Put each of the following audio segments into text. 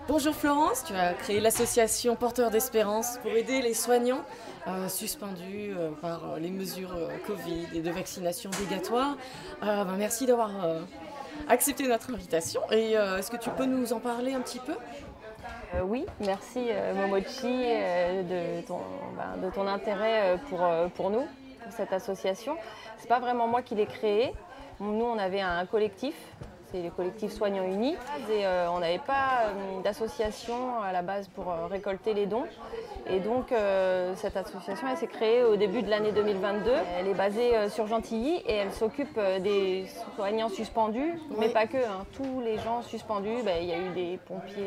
Bonjour Florence, tu as créé l'association Porteurs d'Espérance pour aider les soignants suspendus par les mesures Covid et de vaccination obligatoire. Merci d'avoir accepté notre invitation et est-ce que tu peux nous en parler un petit peu? Oui, merci Momochi de ton intérêt pour nous, pour cette association. C'est pas vraiment moi qui l'ai créée. Nous, on avait un collectif, c'est le collectif Soignants Unis, et on n'avait pas d'association à la base pour récolter les dons. Et donc cette association, elle s'est créée au début de l'année 2022. Elle est basée sur Gentilly et elle s'occupe des soignants suspendus, mais pas que. Tous les gens suspendus, il y a eu des pompiers,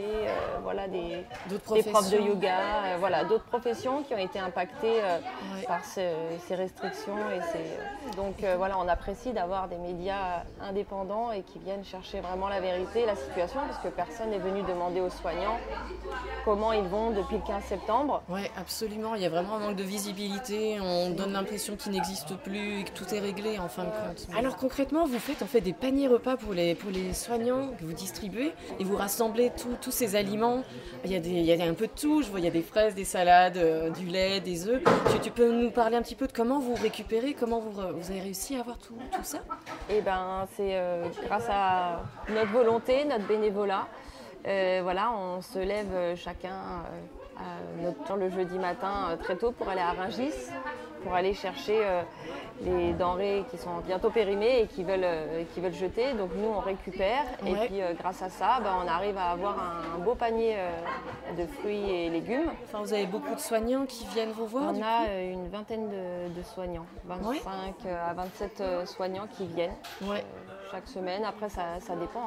des profs de yoga, d'autres professions qui ont été impactées par ces restrictions. Donc on apprécie d'avoir des médias indépendants et qui viennent chercher vraiment la vérité, la situation, parce que personne n'est venu demander aux soignants comment ils vont depuis le 15 septembre. Oui, absolument. Il y a vraiment un manque de visibilité. On donne l'impression qu'il n'existe plus et que tout est réglé en fin de compte. Alors concrètement, vous faites en fait des paniers repas pour les soignants que vous distribuez et vous rassemblez tous ces aliments. Il y a un peu de tout. Je vois, il y a des fraises, des salades, du lait, des œufs. Tu peux nous parler un petit peu de comment vous récupérez, comment vous avez réussi à avoir tout ça? Eh bien, c'est grâce à notre volonté, notre bénévolat. On se lève chacun le jeudi matin très tôt pour aller à Rungis, pour aller chercher les denrées qui sont bientôt périmées et qui veulent jeter. Donc nous, on récupère et puis grâce à ça, on arrive à avoir un beau panier de fruits et légumes. Enfin, vous avez beaucoup de soignants qui viennent vous voir? On a une vingtaine de soignants, 25 à 27 soignants qui viennent chaque semaine. Après, ça dépend,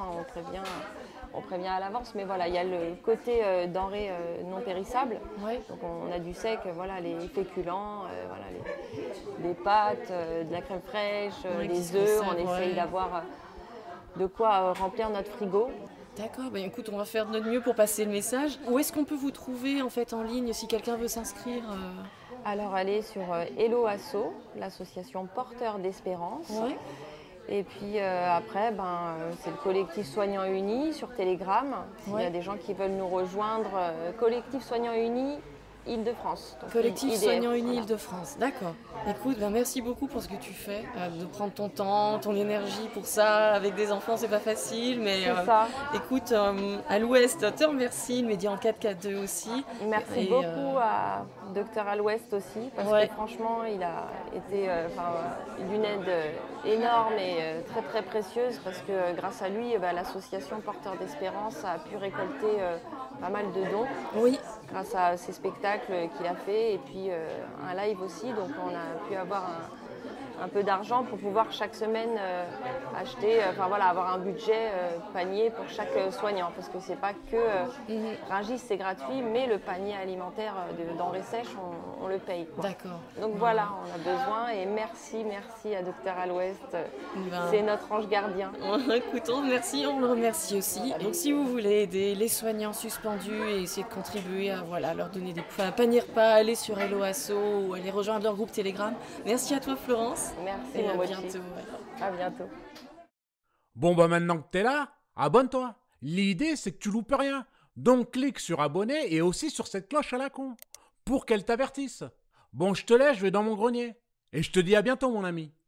on prévient à l'avance, mais il y a le côté denrées non périssables. Donc on a du sec, les féculents, les pâtes, de la crème fraîche, les œufs. On essaye d'avoir de quoi remplir notre frigo. D'accord, écoute, on va faire de notre mieux pour passer le message. Où est-ce qu'on peut vous trouver en fait en ligne si quelqu'un veut s'inscrire? Alors allez sur Hello Asso, l'association Porteurs d'Espérance. Et puis après, c'est le collectif Soignants Unis sur Telegram. Il y a des gens qui veulent nous rejoindre, collectif Soignants Unis Île-de-France. Collectif Soignants Unis Île-de-France, d'accord. Écoute, merci beaucoup pour ce que tu fais, de prendre ton temps, ton énergie pour ça. Avec des enfants, c'est pas facile, mais écoute, à l'Ouest, te remercie, le Média en 4K2 aussi. Merci beaucoup à Docteur à l'Ouest aussi, parce que franchement, il a été d'une aide énorme et très très précieuse, parce que grâce à lui, l'association Porteurs d'Espérance a pu récolter pas mal de dons. Grâce à ces spectacles qu'il a fait et puis un live aussi, donc on a pu avoir un peu d'argent pour pouvoir chaque semaine acheter, avoir un budget panier pour chaque soignant, parce que c'est pas que Rungis c'est gratuit, mais le panier alimentaire de denrées sèches on le paye. D'accord. Donc on a besoin, et merci à Docteur à l'Ouest, c'est notre ange gardien. Écoute, on le remercie aussi. Donc si vous voulez aider les soignants suspendus et essayer de contribuer à leur donner des paniers repas, allez sur Hello Asso ou allez rejoindre leur groupe Telegram. Merci à toi Florence. Merci, et à Momochi. bientôt. À bientôt. Bon maintenant que t'es là, abonne-toi. L'idée c'est que tu loupes rien. Donc clique sur abonner et aussi sur cette cloche à la con pour qu'elle t'avertisse. Bon, je te laisse, je vais dans mon grenier. Et je te dis à bientôt mon ami.